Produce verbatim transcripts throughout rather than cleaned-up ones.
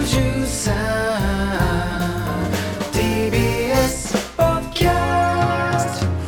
じゅうさん ティービーエス ポッドキャスト。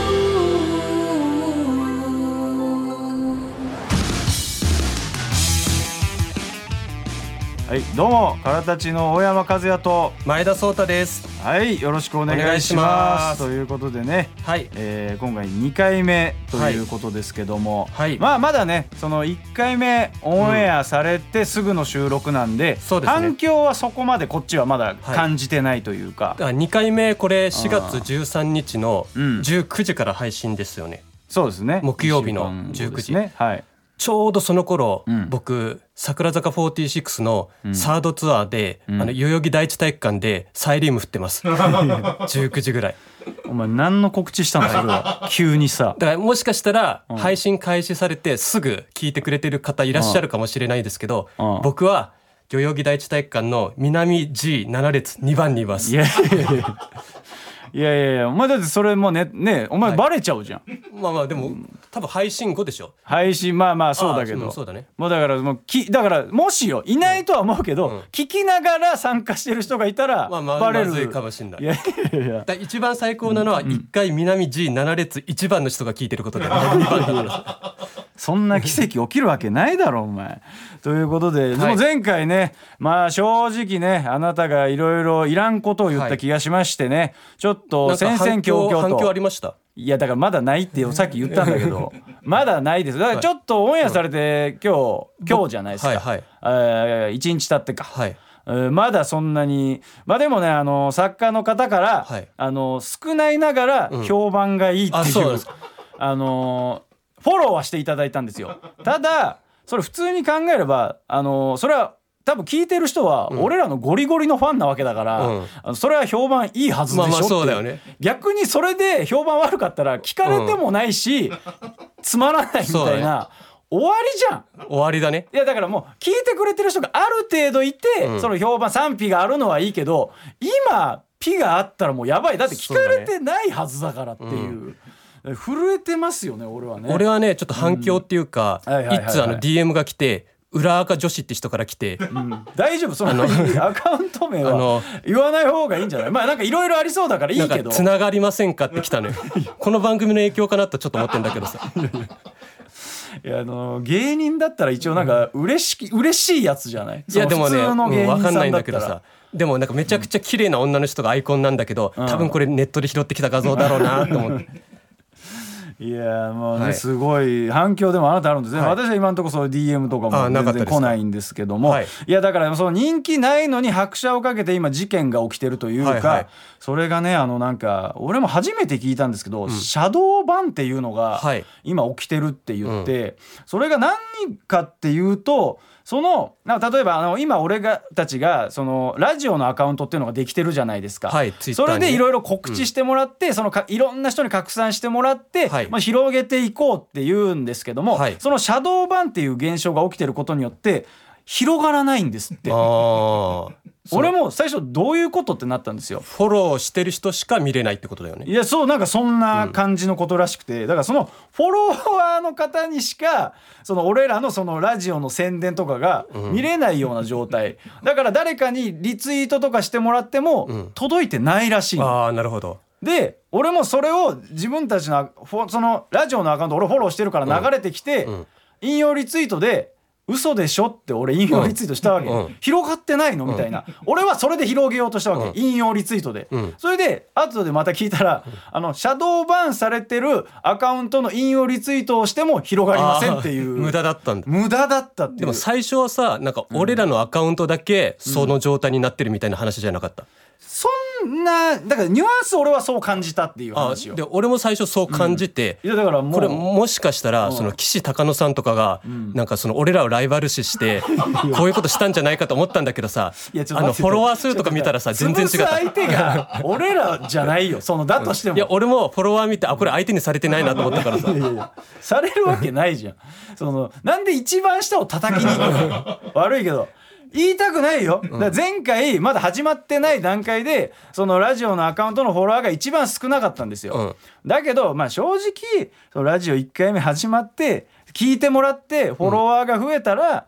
はい、どうもからたちの大山和也と前田壮太です。 はい、よろしくお願いしますということでね、はい、えー、今回にかいめということですけども、はい、まあまだねそのいっかいめオンエアされてすぐの収録なんで、うん、そうですね、反響はそこまでこっちはまだ感じてないというか、 はい、にかいめこれしがつじゅうさんにちのじゅうくじから配信ですよね、うん、 そうですね、 木曜日のじゅうくじ、 ね、はい、 ちょうどその頃、うん、僕桜坂フォーティーシックスのサードツアーで、うん、あの代々木第一体育館でサイリウム振ってますじゅうくじぐらい。 お前何の告知したのそれは急にさ。 だからもしかしたら配信開始されてすぐ聞いてくれてる方いらっしゃるかもしれないですけど、うん、僕は代々木第一体育館の南 ジーなな 列にばんにいます。 いやいやいやいやいやいや、お前だってそれもうね、ね、お前バレちゃうじゃん、はい、 まあまあでも多分配信後でしょ。 配信まあまあそうだけど、 そうだね、 もうだからもうきだからもしよいないとは思うけど、うん、聞きながら参加してる人がいたらバレる、まあ、ままずいかもしれない。 いやいやいや、 だ一番最高なのはいっかい南 ジーなな 列いちばんの人が聞いてることでにばんだそんな奇跡起きるわけないだろお前。ということで、でも前回ね、まあ正直ねあなたがいろいろいらんことを言った気がしましてね、はい、ちょっと戦々恐々と。 反響ありました？ いやだからまだないってさっき言ったんだけどまだないです。だからちょっとオンエアされて今日今日じゃないですか、はいはい、えー、いちにち経ってか、はい、えー、まだそんなに、まあでもねあの作家の方から、はい、あの少ないながら評判がいいっていう、うん、あ、そうです。あのフォローはしていただいたんですよ。ただそれ普通に考えればあのそれは多分聞いてる人は俺らのゴリゴリのファンなわけだから、うん、あのそれは評判いいはずでしょって、まあまあそうだよね、逆にそれで評判悪かったら聞かれてもないし、うん、つまらないみたいな、終わりじゃん。 終わりだね。 いやだからもう聞いてくれてる人がある程度いて、うん、その評判賛否があるのはいいけど、今ピがあったらもうやばい。だって聞かれてないはずだからっていう、うん、震えてますよね俺はね。 俺はねちょっと反響っていうか、うん、いつあの ディーエム が来て裏垢女子って人から来て、うん、 大丈夫そのアカウント名は言わない方がいいんじゃない？まあなんかいろいろありそうだからいいけど、なんか繋がりませんかって来たのよこの番組の影響かなとちょっと思ってんだけどさいやあの芸人だったら一応なんか嬉し、うん、嬉しいやつじゃない？ いやでもね、うん、分かんないんだけどさ、でもなんかめちゃくちゃ綺麗な女の人がアイコンなんだけど、うん、多分これネットで拾ってきた画像だろうなと思っていやもうね、はい、すごい反響でもあなたあるんですね、はい、私は今のところそういう ディーエム とかも全然来ないんですけども、はい、いやだからその人気ないのに拍車をかけて今事件が起きてるというか、はいはい、それがねあのなんか俺も初めて聞いたんですけど、うん、シャドーバンっていうのが今起きてるって言って、はい、それが何かっていうと、そのなんか例えばあの今俺がたちがそのラジオのアカウントっていうのができてるじゃないですか、はい、それでいろいろ告知してもらって、うん、そのかいろんな人に拡散してもらって、はい、まあ、広げていこうっていうんですけども、はい、そのシャドーバンっていう現象が起きてることによって広がらないんですって。あ俺も最初どういうことってなったんですよ。 フォローしてる人しか見れないってことだよね。 いやそうなんかそんな感じのことらしくて、うん、だからそのフォロワーの方にしかその俺らのそのラジオの宣伝とかが見れないような状態、うん、だから誰かにリツイートとかしてもらっても届いてないらしいの、 うん、ああなるほど。 で俺もそれを自分たちのそのラジオのアカウント俺フォローしてるから流れてきて、うんうん、引用リツイートで嘘でしょって俺引用リツイートしたわけ、うん、広がってないのみたいな、うん、俺はそれで広げようとしたわけ、うん、引用リツイートで、うん、それで後でまた聞いたら、うん、あのシャドーバンされてるアカウントの引用リツイートをしても広がりませんっていう。 無駄だったんだ。 無駄だったっていう。 でも最初はさなんか俺らのアカウントだけその状態になってるみたいな話じゃなかった、うん、 そんなだからニュアンス俺はそう感じたっていう話よ。 で俺も最初そう感じて、 うん、いやだからもうこれもしかしたらその岸高野さんとかがなんかその俺らをライバル視してこういうことしたんじゃないかと思ったんだけどさ、いやあのフォロワー数とか見たらさ全然違った。 相手が俺らじゃないよそのだとしても、 いや俺もフォロワー見てあこれ相手にされてないなと思ったからさいやいやされるわけないじゃん。そのなんで一番下を叩きに行くの悪いけど言いたくないよ。だから前回まだ始まってない段階でそのラジオのアカウントのフォロワーが一番少なかったんですよ、うん、だけどまあ正直そのラジオいっかいめ始まって聞いてもらってフォロワーが増えたら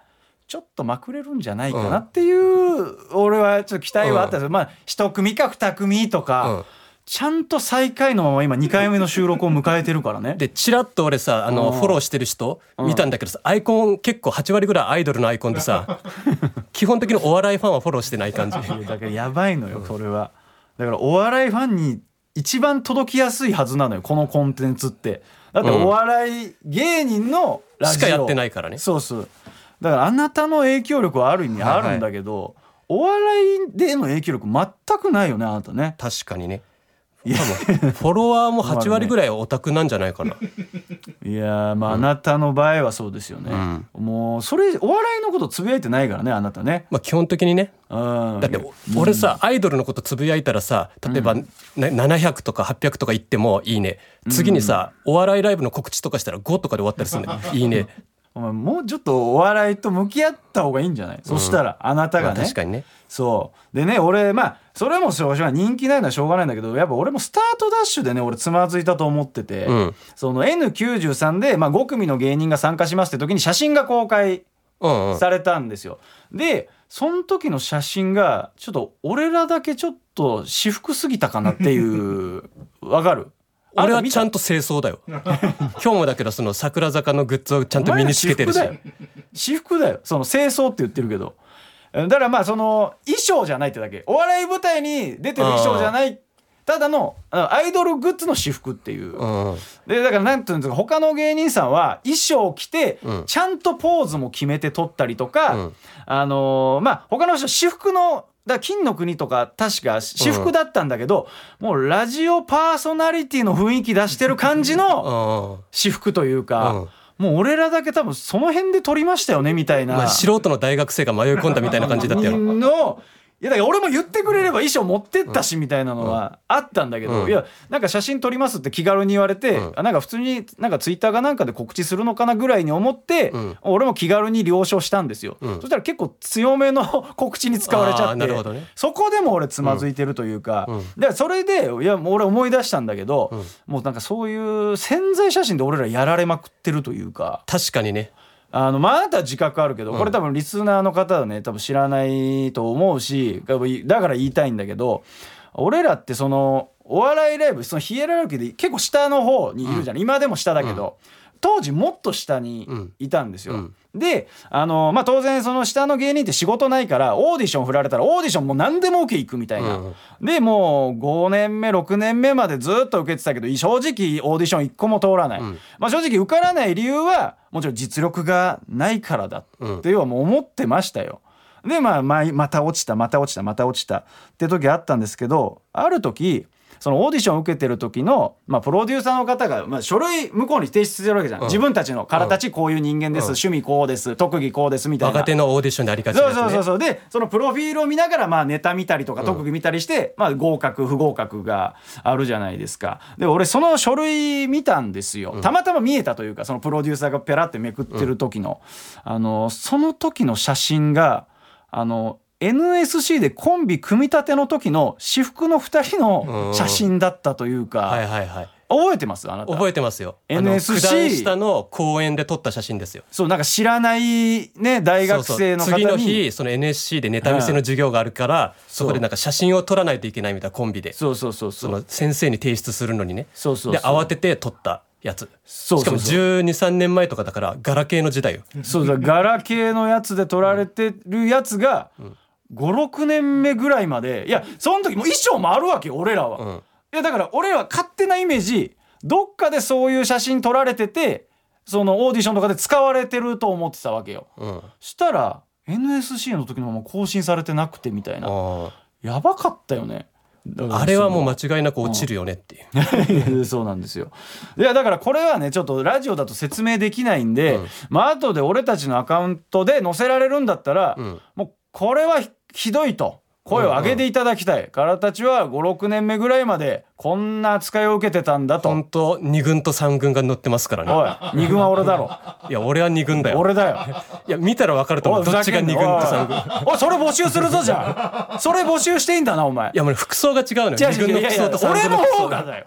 ちょっとまくれるんじゃないかなっていう、うん、俺はちょっと期待はあったんですよ、うん、まあ一組か二組とか、うん、ちゃんと最下位のまま今にかいめの収録を迎えてるからね。 でチラッと俺さあのフォローしてる人見たんだけどさ、アイコン結構はちわりぐらいアイドルのアイコンでさ基本的にお笑いファンはフォローしてない感じ。 いやだからやばいのよこれは。だからお笑いファンに一番届きやすいはずなのよこのコンテンツって。だってお笑い芸人のラジオしかやってないからね。 そうそう。だからあなたの影響力はある意味あるんだけど、はいはい、お笑いでの影響力全くないよねあなたね。 確かにね。多分フォロワーもはちわりぐらいオタクなんじゃないかな。 いやまあ、うん、あなたの場合はそうですよね、うん、もうそれお笑いのことつぶやいてないからねあなたね。 まあ基本的にね、うん、だって俺さ、うん、アイドルのことつぶやいたらさ例えば、うん、ななひゃくとかはっぴゃくとか言ってもいいね、次にさ、うん、お笑いライブの告知とかしたらごとかで終わったりするんだよいいね。 お前もうちょっとお笑いと向き合った方がいいんじゃない、うん、そしたらあなたがね、まあ、 確かにね。 そうでね俺まあそれもしょうが人気ないのはしょうがないんだけどやっぱ俺もスタートダッシュでね俺つまずいたと思ってて、うん、その エヌきゅうじゅうさん で、まあ、ご組の芸人が参加しますって時に写真が公開されたんですよ、うんうん、でその時の写真がちょっと俺らだけちょっと私服すぎたかなっていうわかる。 俺はちゃんと清掃だよ今日もだけどその桜坂のグッズをちゃんと身につけてるし。 私服だよその清掃って言ってるけど、だからまあその衣装じゃないってだけ、お笑い舞台に出てる衣装じゃない、ただのアイドルグッズの私服っていう、でだからなんていうんですか他の芸人さんは衣装を着てちゃんとポーズも決めて撮ったりとか、うん、あのー、まあ他の人私服のだから金の国とか確か私服だったんだけど、うん、もうラジオパーソナリティの雰囲気出してる感じの私服というか、うん、もう俺らだけ多分その辺で撮りましたよねみたいな、 まあ、素人の大学生が迷い込んだみたいな感じだったよのいやだから俺も言ってくれれば衣装持ってったしみたいなのはあったんだけど、うん、いやなんか写真撮りますって気軽に言われて、うん、なんか普通になんかツイッターかなんかで告知するのかなぐらいに思って、うん、俺も気軽に了承したんですよ、うん、そしたら結構強めの告知に使われちゃって、 なるほどね、 そこでも俺つまずいてるというか、うんうん、でそれでいやもう俺思い出したんだけど、うん、もうなんかそういう宣材写真で俺らやられまくってるというか。 確かにね。 あのまあ、あなたは自覚あるけどこれ多分リスナーの方はね多分知らないと思うしだから言いたいんだけど、俺らってそのお笑いライブそのヒエラルキーで結構下の方にいるじゃん、うん、今でも下だけど、うん、当時もっと下にいたんですよ、うんうん、であの、まあ、当然その下の芸人って仕事ないからオーディション振られたらオーディションもう何でも受け行くみたいな、うん、でもうごねんめろくねんめまでずっと受けてたけど正直オーディションいっこも通らない、うん、まあ、正直受からない理由はもちろん実力がないからだっていうはもう思ってましたよ。でまあまた落ちたまた落ちたまた落ちたって時あったんですけど、ある時そのオーディションを受けてる時の、まあ、プロデューサーの方が、まあ、書類向こうに提出してるわけじゃん、うん、自分たちのからたちこういう人間です、うん、趣味こうです特技こうですみたいな若手のオーディションでありがちなやつね。 そうそうそうでそのプロフィールを見ながら、まあ、ネタ見たりとか特技見たりして、うん、まあ、合格不合格があるじゃないですか。で俺その書類見たんですよ、うん、たまたま見えたというかそのプロデューサーがペラってめくってる時の、うん、あのその時の写真があのエヌエスシー でコンビ組み立ての時の私服のふたりの写真だったというか、 はいはいはい、 覚えてますあなた。 覚えてますよ。 エヌエスシー九段下の公園で撮った写真ですよ。 そうなんか知らないね大学生の方にそうそう次の日その エヌエスシー でネタ見せの授業があるから、うん、そこでなんか写真を撮らないといけないみたいなコンビでそうそうそうそうその先生に提出するのにねそうそうそうで慌てて撮ったやつ。そうそうそうしかもじゅうに、さんねんまえとかだからガラケーの時代よ。 そうだガラケーのやつで撮られてるやつが、うんごろくねんめぐらいまでいやその時も衣装もあるわけよ俺らは、うん、いやだから俺らは勝手なイメージどっかでそういう写真撮られててそのオーディションとかで使われてると思ってたわけよ、うん、したら エヌエスシー の時のまま更新されてなくてみたいなやばかったよね。 あれはもう間違いなく落ちるよねっていう、 うん、そうなんですよ。いやだからこれはねちょっとラジオだと説明できないんで、うん、まあ後で俺たちのアカウントで載せられるんだったら、うん、もうこれはひどいと声を上げていただきたい、うんうん、からたちはごろくねんめぐらいまでこんな扱いを受けてたんだと。 本当に軍とさん軍が乗ってますからね。 おいに軍は俺だろ。 いや俺はに軍だよ。 俺だよ。 いや見たら分かると思うどっちがに軍とさん軍。 おいそれ募集するぞじゃあそれ募集していいんだなお前。 いやもう服装が違うのよ。 違う違ういやいや俺の方がだよ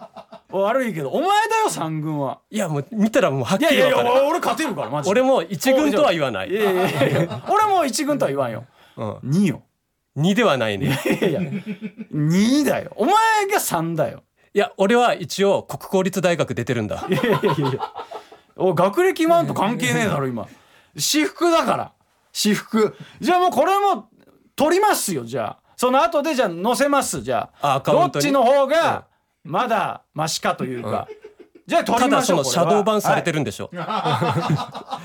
悪いけどお前だよさん軍は。 いやもう見たらもうはっきりいやい分かる。 やいや俺勝てるからマジで。 俺もいち軍とは言わない。 いやいやいや俺もいち軍とは言わんよ、うん、によ。 にではないね。 いやいやにだよ。お前がさんだよ。 いや俺は一応国公立大学出てるんだ。 いやいやいやいやお学歴マンと関係ねえだろ今。私服だから私服。じゃあもうこれも取りますよ。じゃあその後でじゃあ載せます。じゃあアカウントにどっちの方がまだマシかというか、うん、じゃあ取りましょう。 ただそのシャドーバンされてるんでしょ、 はい、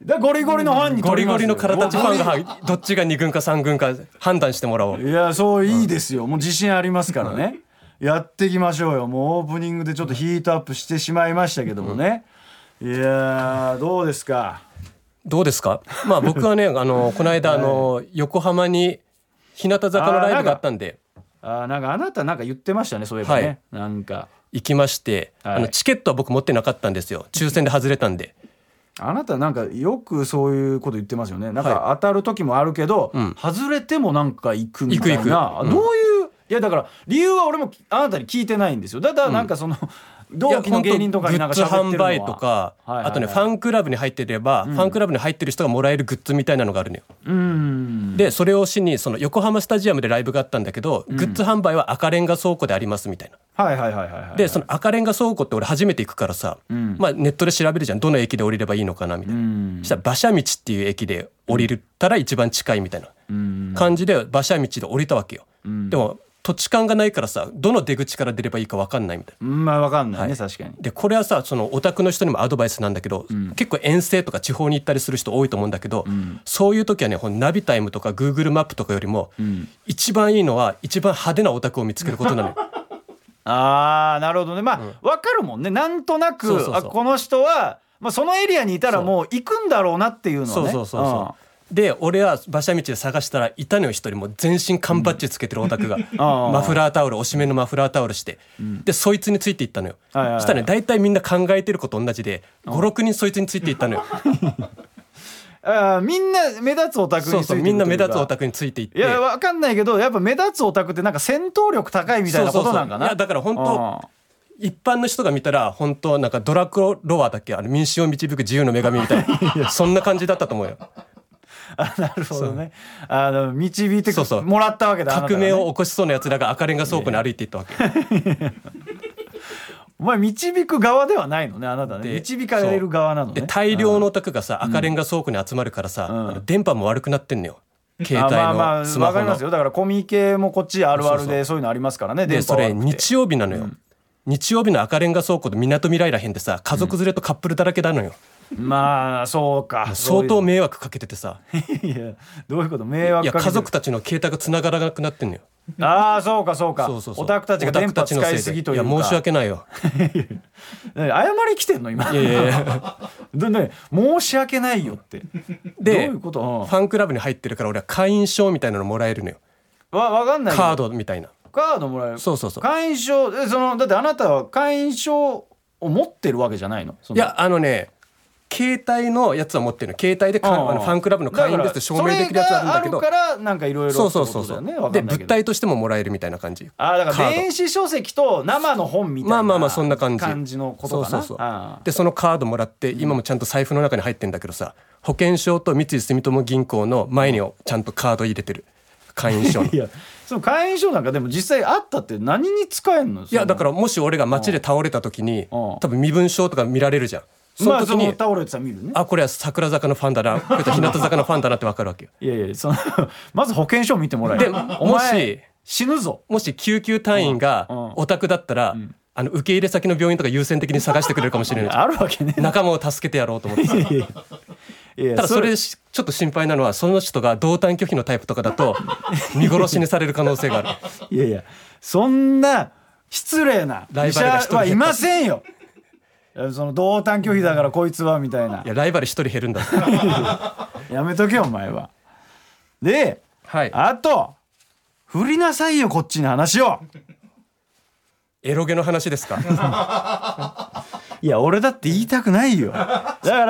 だゴリゴリのファンにゴリゴリの体立ちファンがどっちがに軍かさん軍か判断してもらおう。 いやそういいですよ、もう自信ありますからね、うん、やっていきましょうよ。もうオープニングでちょっとヒートアップしてしまいましたけどもね、うん、いやどうですかどうですか。まあ僕はねあのこの間あの、はい、横浜に日向坂のライブがあったんで、 あなんかあなたなんか言ってましたねそういえばね、はい、なんか行きまして、はい、あのチケットは僕持ってなかったんですよ。抽選で外れたんで。 あなたなんかよくそういうこと言ってますよね。なんか当たる時もあるけど、はい、外れてもなんか行くみたいな。行く行く、うん、どういういやだから理由は俺もあなたに聞いてないんですよ。だからなんかその、うん同期の芸人とかになんか喋ってるのはグッズ販売とか、はいはいはい、あとねファンクラブに入ってれば、うん、ファンクラブに入ってる人がもらえるグッズみたいなのがあるのよ。うんでそれをしにその横浜スタジアムでライブがあったんだけど、うん、グッズ販売は赤レンガ倉庫でありますみたいな。 はいはいはいはいはい、 でその赤レンガ倉庫って俺初めて行くからさ、うんまあ、ネットで調べるじゃんどの駅で降りればいいのかなみたいな、うん、そしたら馬車道っていう駅で降りたら一番近いみたいな感じで馬車道で降りたわけよ、うん、でも土地勘がないからさどの出口から出ればいいか分かんないみたいな。 まあ分かんないね、はい、確かに。 でこれはさそのオタクの人にもアドバイスなんだけど、うん、結構遠征とか地方に行ったりする人多いと思うんだけど、うん、そういう時はねナビタイムとか Google マップとかよりも、うん、一番いいのは一番派手なオタクを見つけることなのよ。 あーなるほどね。まあ、うん、分かるもんねなんとなく。そうそうそう、あこの人は、まあ、そのエリアにいたらもう行くんだろうなっていうのはね。 そうそうそうそう、うんで俺は馬車道で探したらいたのよ一人もう全身缶バッジつけてるオタクが、うん、マフラータオルおしめのマフラータオルして、うん、でそいつについていったのよ、はいはいはい、そしたらね大体みんな考えてること同じでごろくにんそいつについていったのよ。 あみんな目立つオタクについていく。 そうそうみんな目立つオタクについていって。 いや分かんないけどやっぱ目立つオタクってなんか戦闘力高いみたいなことなんかな。そうそうそういやだから本当一般の人が見たら本当なんかドラクロワだっけあの民衆を導く自由の女神みたいなそんな感じだったと思うよ。 あなるほどね。あの導いてそうそうもらったわけだ。 革命を起こしそうなやつらが赤レンガ倉庫に歩いていったわけ。 お前導く側ではないのねあなたね。導かれる側なのね。 で大量のオタクがさ、うん、赤レンガ倉庫に集まるからさ、うん、電波も悪くなってんのよ携帯のスマホの。まあまあ分かりますよ。だからコミケもこっちあるあるでそういうのありますからね。 でそれ日曜日なのよ、うん、日曜日の赤レンガ倉庫でみなとみらいらへんでさ家族連れとカップルだらけなのよ、 うん、まあそうか。 相当迷惑かけててさいやどういうこと迷惑かけてる。いや家族たちの携帯が繋がらなくなってんのよ。 ああそうかそうか。そうそうそうオタクたちが電波使いすぎというか。 いや申し訳ないよ。 謝りきてんの今。いやいやいやで、ね、申し訳ないよってでどういうこと、うん、 ファンクラブに入ってるから俺は会員証みたいなのもらえるのよ。 わ分かんないカードみたいなカードもらえる。 そうそうそう会員証そのだってあなたは会員証を持ってるわけじゃないの。 いやあのね携帯のやつは持ってるの。携帯でかあのファンクラブの会員ですって証明できるやつあるんだけど。 それがあるからなんかいろいろそうそうそうそうで物体としてももらえるみたいな感じ。 あだから電子書籍と生の本みたいなまあまあまあそんな感じ感じのことかな。そうそうそうでそのカードもらって今もちゃんと財布の中に入ってんだけどさ保険証と三井住友銀行の前にちゃんとカード入れてる会員証の。 いやその会員証なんかでも実際あったって何に使えんの。 いやだからもし俺が街で倒れた時に多分身分証とか見られるじゃん。 その時に、まあ、その倒れてたら見るね。 あこれは桜坂のファンだなこれは日向坂のファンだなって分かるわけよ。 いやいやそのまず保険証見てもらえる。でお前死ぬぞ。 もし救急隊員がオタクだったら、うん、あの受け入れ先の病院とか優先的に探してくれるかもしれない。 あるわけね。 仲間を助けてやろうと思ってさ。いやいやいやただそれちょっと心配なのはその人が同担拒否のタイプとかだと見殺しにされる可能性がある。 いやいやそんな失礼な医者はいませんよ。その同担拒否だからこいつはみたいな。 いやライバル一人減るんだ。 やめとけよお前は。で、はい、あと振りなさいよこっちの話を。 エロゲの話ですか。 いや俺だって言いたくないよ。だから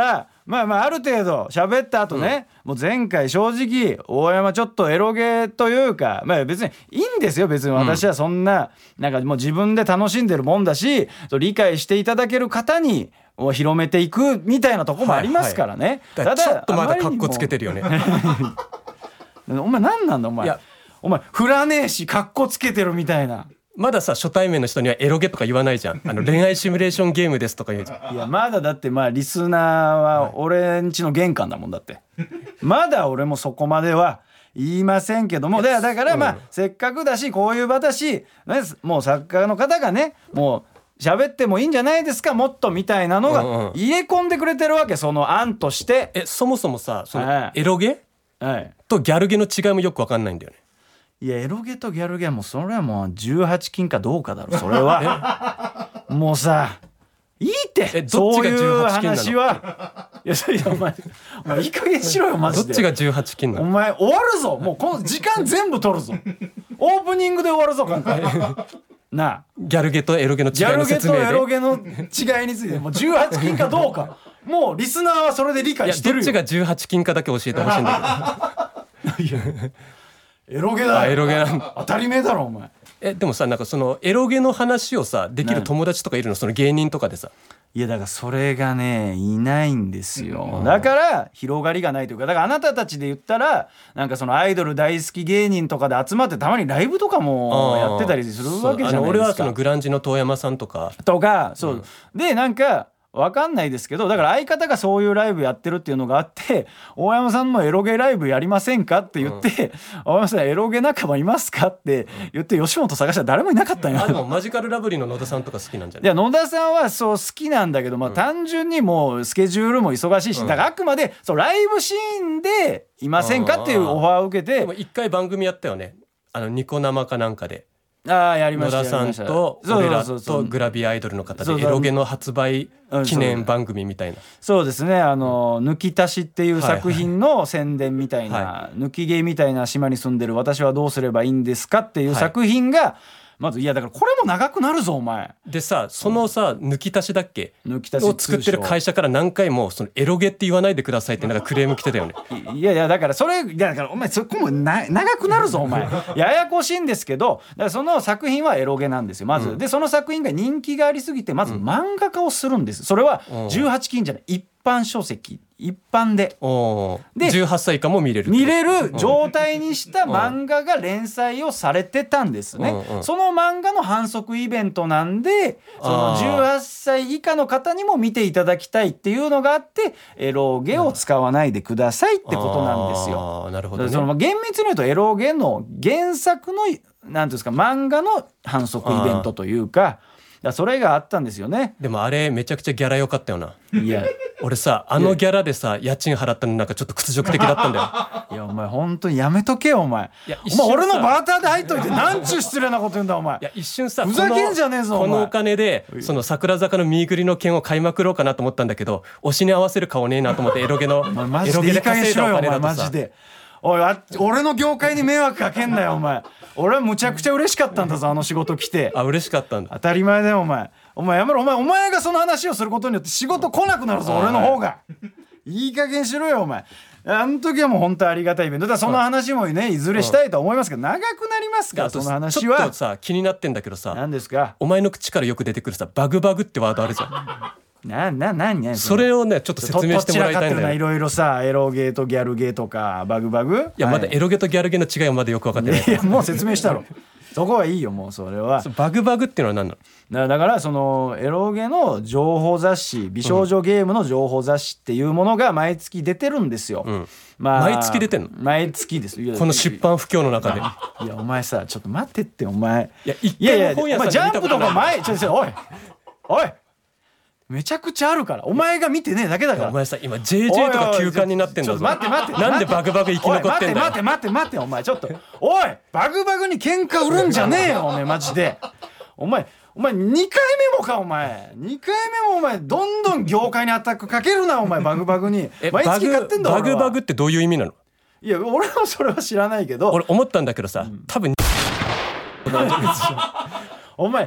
まあまあある程度喋った後ね、うん、もう前回正直大山ちょっとエロゲというか、まあ別にいいんですよ、別に私はそんな、うん、なんかもう自分で楽しんでるもんだし、理解していただける方にを広めていくみたいなとこもありますからね、 はいはい、ただちょっとまだカッコつけてるよねお前何なんだお前、いやお前振らねえしカッコつけてるみたいな。 まださ初対面の人にはエロゲとか言わないじゃん。あの恋愛シミュレーションゲームですとか言うじゃん。 いやまだだってまあリスナーは俺んちの玄関だもんだってまだ俺もそこまでは言いませんけども、だからまあ、うん、せっかくだしこういう場だし、もう作家の方がねもう喋ってもいいんじゃないですかもっとみたいなのが入れ込んでくれてるわけ、その案として。 えそもそもさそのエロゲ、はい、とギャルゲの違いもよく分かんないんだよね。 いやエロゲとギャルゲはもうそれはもうじゅうはち禁かどうかだろそれはもうさいいってえどっちがじゅうはち禁なの。そういう話はいやそれお前お前いい加減しろよマジで。 どっちがじゅうはち禁なの。 お前終わるぞもうこの時間全部取るぞオープニングで終わるぞ今回なあギャルゲとエロゲの違いの説明で。 ギャルゲとエロゲの違いについてもうじゅうはち禁かどうかもうリスナーはそれで理解してるよ。 どっちがじゅうはち禁かだけ教えてほしいんだけどいやエロゲだよ。 エロゲなんだ。 当たり前だろお前。 えでもさなんかそのエロゲの話をさできる友達とかいるの、その芸人とかでさ。 いやだからそれがねいないんですよ。だから広がりがないというか、だからあなたたちで言ったらなんかそのアイドル大好き芸人とかで集まってたまにライブとかもやってたりするわけじゃないですか。 俺はそのグランジの遠山さんとかとかそう、うん、でなんか分かんないですけど、だから相方がそういうライブやってるっていうのがあって、大山さんもエロゲライブやりませんかって言って、うん、大山さんエロゲ仲間いますかって言って吉本探したら誰もいなかったんよ。 あでもマジカルラブリーの野田さんとか好きなんじゃない。 いや野田さんはそう好きなんだけど、まあ、単純にもうスケジュールも忙しいし、だからあくまでそうライブシーンでいませんかっていうオファーを受けて。 でも一回番組やったよね、あのニコ生かなんかで。 ああやりました野田さんと俺らとグラビアアイドルの方でエロゲの発売記念番組みたいな。 そうですね、あの抜き足しっていう作品の宣伝みたいな、抜き毛みたいな島に住んでる私はどうすればいいんですかっていう作品がまず、いやだからこれも長くなるぞお前。 でさそのさ抜き足しだっけ抜き足しを作ってる会社から何回もそのエロゲって言わないでくださいってなんかクレーム来てたよね。 いやいやだからそれいやだからお前そこもな長くなるぞお前ややこしいんですけど、だからその作品はエロゲなんですよまず、うん、でその作品が人気がありすぎてまず漫画化をするんです。それはじゅうはち禁じゃない一般書籍一般ででじゅうはっさい以下も見れる見れる状態にした漫画が連載をされてたんですね。その漫画の反則イベントなんで、そのじゅうはっさい以下の方にも見ていただきたいっていうのがあって、エロゲを使わないでくださいってことなんですよ。 あなるほどね。 その厳密に言うとエロゲの原作のなんていうんですか漫画の反則イベントというか。だそれがあったんですよね。 でもあれめちゃくちゃギャラ良かったよな。 いや俺さあのギャラでさ家賃払ったのなんかちょっと屈辱的だったんだよ。 いやお前本当にやめとけよお前。いやお前俺のバーターで入っといてなんちゅう失礼なこと言うんだお前。 いや一瞬さふざけんじゃねえぞお前。 このお金でその桜坂のミーグリの券を買いまくろうかなと思ったんだけど、推しに合わせる顔ねえなと思ってエロゲのエロゲで稼いだお金だとさ。マジでおいあ俺の業界に迷惑かけんなよお前。俺はむちゃくちゃ嬉しかったんだぞあの仕事来て。 あ嬉しかったんだ。 当たり前だよお前。お前やめろお前。お前がその話をすることによって仕事来なくなるぞ俺の方が。いい加減しろよお前。あの時はもう本当ありがたいイベントだ。その話もねいずれしたいと思いますけど、長くなりますからその話は。 ちょっとさ気になってんだけどさ。 何ですか。 お前の口からよく出てくるさバグバグってワードあるじゃん。 なななにそれをねちょっと説明してもらいたいんだよ。 いろいろさエロゲーとギャルゲーとかバグバグ。 いやまだエロゲーとギャルゲーの違いはまだよく分かってない。 いやもう説明したろそこはいいよもうそれは。 バグバグっていうのは何なの。だからそのエロゲの情報雑誌美少女ゲームの情報雑誌っていうものが毎月出てるんですよ、うんまあ、毎月出てんの。 毎月です。 この出版不況の中で。 いやお前さちょっと待ってってお前。 いや一回も本屋さんで見たことない。 ジャンプとか前ちょっとおいおいめちゃくちゃあるからお前が見てねえだけだから。 お前さ今 ジェージェー とか休刊になってんだぞ。 待って待ってなんでバグバグ生き残ってんだよ。 待って待って待ってお前ちょっとおいバグバグに喧嘩売るんじゃねえよお前マジで。お前お前にかいめもかお前にかいめもお前どんどん業界にアタックかけるなお前バグバグに。毎月買ってんだバグバグってどういう意味なの。 いや俺はそれは知らないけど俺思ったんだけどさ、うん、多分お前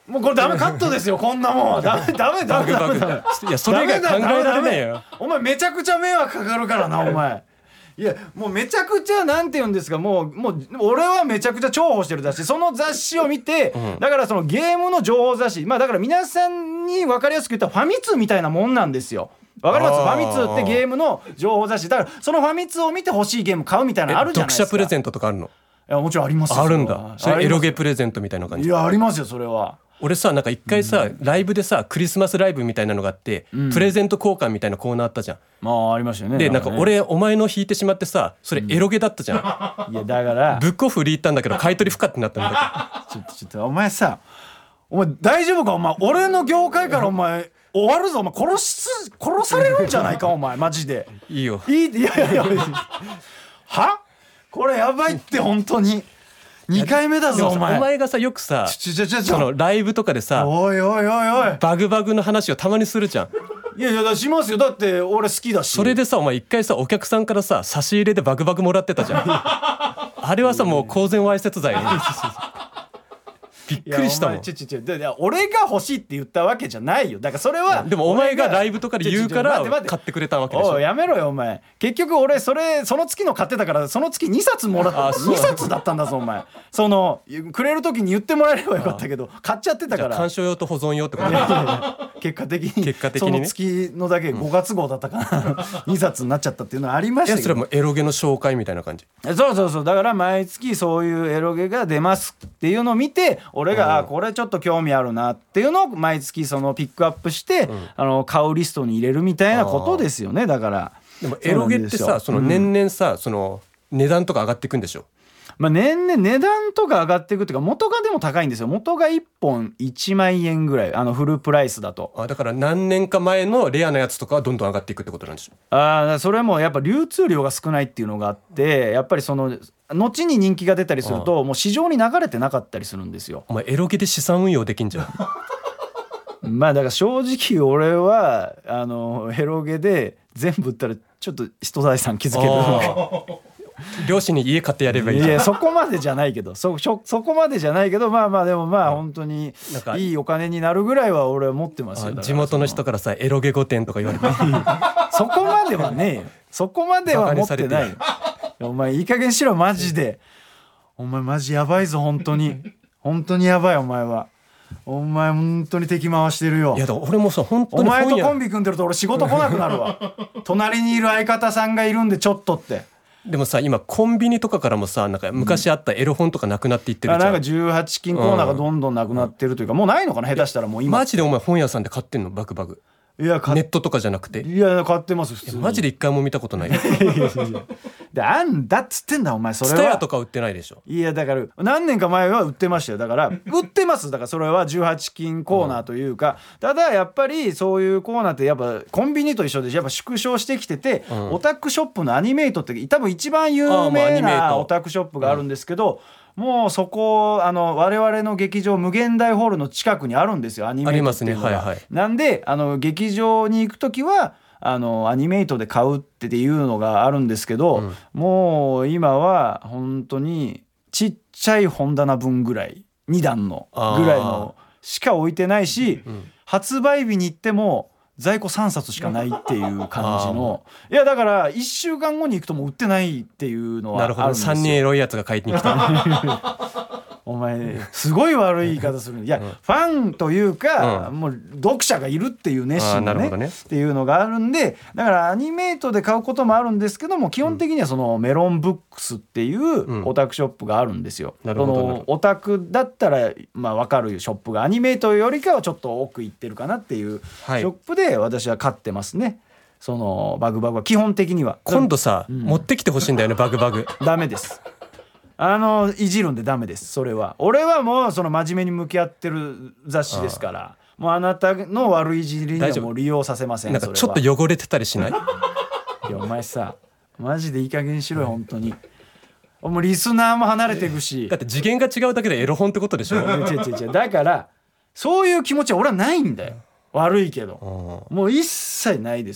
もうこれダメカットですよこんなもんダメダメダメダメダメいやそれ以外考えられないよ。 お前めちゃくちゃ迷惑かかるからなお前。いやもうめちゃくちゃなんて言うんですかもうもう俺はめちゃくちゃ重宝してる雑誌その雑誌を見て、うん、だからそのゲームの情報雑誌まあだから皆さんに分かりやすく言ったらファミ通みたいなもんなんですよ。わかります？ファミ通ってゲームの情報雑誌だからそのファミ通を見て欲しいゲーム買うみたいなのあるじゃないですか。 読者プレゼントとかあるの？ いやもちろんありますよ。 あるんだ。それエロゲプレゼントみたいな感じ。 いやありますよそれは。 俺さなんか一回さ、うん、ライブでさクリスマスライブみたいなのがあって、うん、プレゼント交換みたいなコーナーあったじゃん。 まあありましたよね。 でなんか俺お前の引いてしまってさそれエロゲだったじゃん、 うん、いやだからブックオフリー行ったんだけど買い取り不可ってなったんだちょっとちょっとお前さお前大丈夫かお前俺の業界からお前終わるぞお前殺す殺されるんじゃないかお前マジで。 いいよいいいやいやいやはこれやばいって本当ににかいめだぞお前。 お前がさよくさちょちょちょちょそのライブとかでさおいおいおいおいバグバグの話をたまにするじゃん。 いやいやしますよだって俺好きだし。 それでさお前一回さお客さんからさ差し入れでバグバグもらってたじゃんあれはさもう公然わいせつ罪びっくりしたもん。 ちょちょちょ俺が欲しいって言ったわけじゃないよだからそれはでもお前がライブとかで言うから買ってくれたわけでしょ。 おいやめろよお前結局俺それその月の買ってたからその月にさつもらったにさつだったんだぞお前そのくれる時に言ってもらえればよかったけど買っちゃってたから。 鑑賞用と保存用ってこと結果的に結果的に、ね、 その月のだけごがつ号だったからにさつになっちゃったっていうのはありましたけど。 いやそれもエロゲの紹介みたいな感じ。 そうそうそうだから毎月そういうエロゲが出ますっていうのを見て俺が、うん、あこれちょっと興味あるなっていうのを毎月そのピックアップして、うん、あの買うリストに入れるみたいなことですよね。だからでもエロゲってさその年々さ、うん、その値段とか上がっていくんでしょ。 まあ、年々値段とか上がっていくっていうか元がでも高いんですよ。元がいっぽんいちまんえんぐらいあのフルプライスだと。 あだから何年か前のレアなやつとかはどんどん上がっていくってことなんでしょ。 あそれもやっぱ流通量が少ないっていうのがあってやっぱりその後に人気が出たりするともう市場に流れてなかったりするんですよ。 お前エロゲで資産運用できんじゃんまあだから正直俺はあのエロゲで全部売ったらちょっと一財産築ける両親に家買ってやればいいじゃん。 いやそこまでじゃないけど そ, そ, そこまでじゃないけどまあまあでもまあ本当にいいお金になるぐらいは俺は持ってますよ。 地元の人からさエロゲごてんとか言われてそこまではねえよそこまでは持ってないよお前いい加減しろマジでお前マジやばいぞ本当に本当にやばいお前はお前本当に敵回してるよ。 いやだ俺もさ本当にお前とコンビ組んでると俺仕事来なくなるわ隣にいる相方さんがいるんでちょっとってでもさ今コンビニとかからもさなんか昔あったエロ本とかなくなっていってるじゃん、 うん、なんかじゅうはち金コーナーがどんどんなくなってるというか、うん、もうないのかな下手したらもう今マジでお前本屋さんで買ってんのバクバク。 いやネットとかじゃなくて。 いや買ってます普通に。 マジで一回も見たことないであんだっつってんだお前それは。 ツタヤとか売ってないでしょ。 いやだから何年か前は売ってましたよ。だから売ってますだからそれはじゅうはち金コーナーというか、うん、ただやっぱりそういうコーナーってやっぱコンビニと一緒でやっぱ縮小してきてて、うん、オタクショップのアニメイトって多分一番有名なオタクショップがあるんですけど、もうそこあの我々の劇場無限大ホールの近くにあるんですよアニメイトっていうのが。ありますね、はいはい、なんであの劇場に行くときはあのアニメイトで買うっていうのがあるんですけど、うん、もう今は本当にちっちゃい本棚分ぐらいに段のぐらいのしか置いてないし、うん、発売日に行っても在庫さんさつしかないっていう感じのいやだからいっしゅうかんごに行くともう売ってないっていうのはあるんですよ。なるほどさんにんエロいやつが買いに来たお前すごい悪い言い方するいや、うん、ファンというか、うん、もう読者がいるっていう熱心な ね, ねっていうのがあるんでだからアニメイトで買うこともあるんですけども基本的にはそのメロンブックスっていうオタクショップがあるんですよ、うん、そのオタクだったらまあ分かるショップがアニメイトよりかはちょっと奥行ってるかなっていうショップで私は買ってますね、はい、そのバグバグは基本的には今度さ、うん、持ってきてほしいんだよねバグバグダメですあのいじるんでダメですそれは。俺はもうその真面目に向き合ってる雑誌ですからもうあなたの悪いいじりにはもう利用させません。 なんかちょっと汚れてたりしない？いやお前さマジでいい加減にしろよ本当に。もうリスナーも離れていくしだって次元が違うだけでエロ本ってことでしょ。 違う違う違うだからそういう気持ちは俺はないんだよ悪いけどもう一切ないです。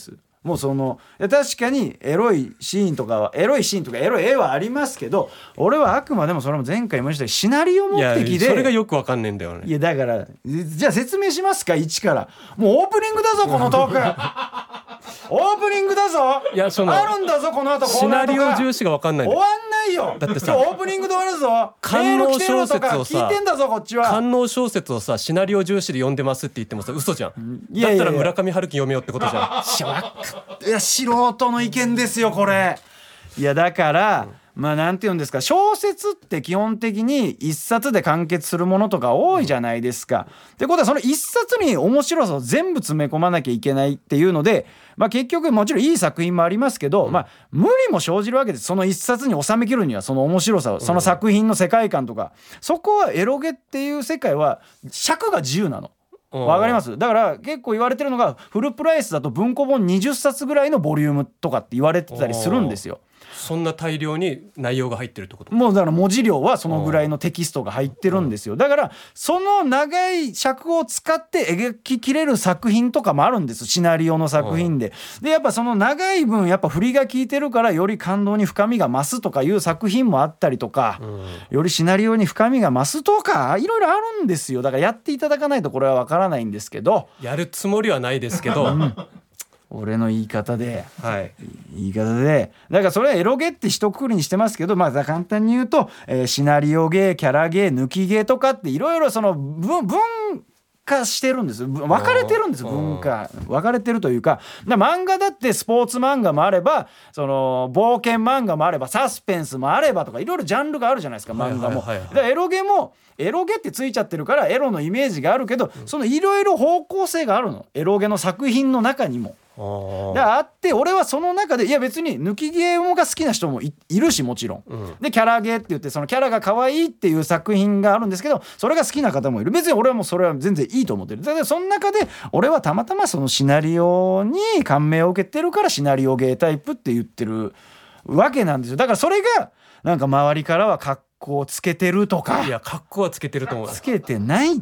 もうその確かにエロいシーンとかはエロいシーンとかエロい絵はありますけど、俺はあくまでもそれも前回も言いましたけどシナリオ目的で。 いやそれがよくわかんねえんだよね。 いやだからじゃあ説明しますか一から。もうオープニングだぞこのトークオープニングだぞ。 いやそのあるんだぞこの後シナリオ重視がわかんないんだよ。 終わんないよ。 だってさオープニングで終わるぞ。 官能小説をさ聞いてんだぞこっちは。 官能小説をさシナリオ重視で読んでますって言ってもさ嘘じゃん。 いやいやいやだったら村上春樹読めよってことじゃん。 しわいや素人の意見ですよこれ。いやだから、うん、まあなんて言うんですか、小説って基本的に一冊で完結するものとか多いじゃないですか。ってことはその一冊に面白さを全部詰め込まなきゃいけないっていうので、まあ結局もちろんいい作品もありますけど、うん、まあ無理も生じるわけです。その一冊に収めきるにはその面白さを、その作品の世界観とか、そこはエロゲっていう世界は尺が自由なの。わかります。だから結構言われてるのがフルプライスだと文庫本にじゅっさつぐらいのボリュームとかって言われてたりするんですよ。 そんな大量に内容が入ってるってこと？ もうだから文字量はそのぐらいのテキストが入ってるんですよ。だからその長い尺を使って描ききれる作品とかもあるんです、シナリオの作品で。でやっぱその長い分やっぱ振りが効いてるからより感動に深みが増すとかいう作品もあったりとか、よりシナリオに深みが増すとかいろいろあるんですよ。だからやっていただかないとこれはわからないんですけど。 やるつもりはないですけど、うん俺の言い方で、 はい、 言い方でだからそれはエロゲって一括りにしてますけど、まあ簡単に言うと、えー、シナリオゲー、キャラゲー、抜きゲーとかっていろいろその文文化してるんです。分かれてるんです。文化分かれてるというか、漫画だってスポーツ漫画もあればその冒険漫画もあればサスペンスもあればとかいろいろジャンルがあるじゃないですか、漫画も。だからエロゲもエロゲってついちゃってるからエロのイメージがあるけど、そのいろいろ方向性があるの、エロゲの作品の中にも。であって俺はその中でいや別に抜きゲームが好きな人も い, いるしもちろん、うん、でキャラゲーって言ってそのキャラが可愛いっていう作品があるんですけど、それが好きな方もいる。別に俺はもうそれは全然いいと思ってる。だからその中で俺はたまたまそのシナリオに感銘を受けてるからシナリオゲータイプって言ってるわけなんですよ。だからそれがなんか周りからは格好つけてるとか、 いや格好はつけてると思う。 つけてないって。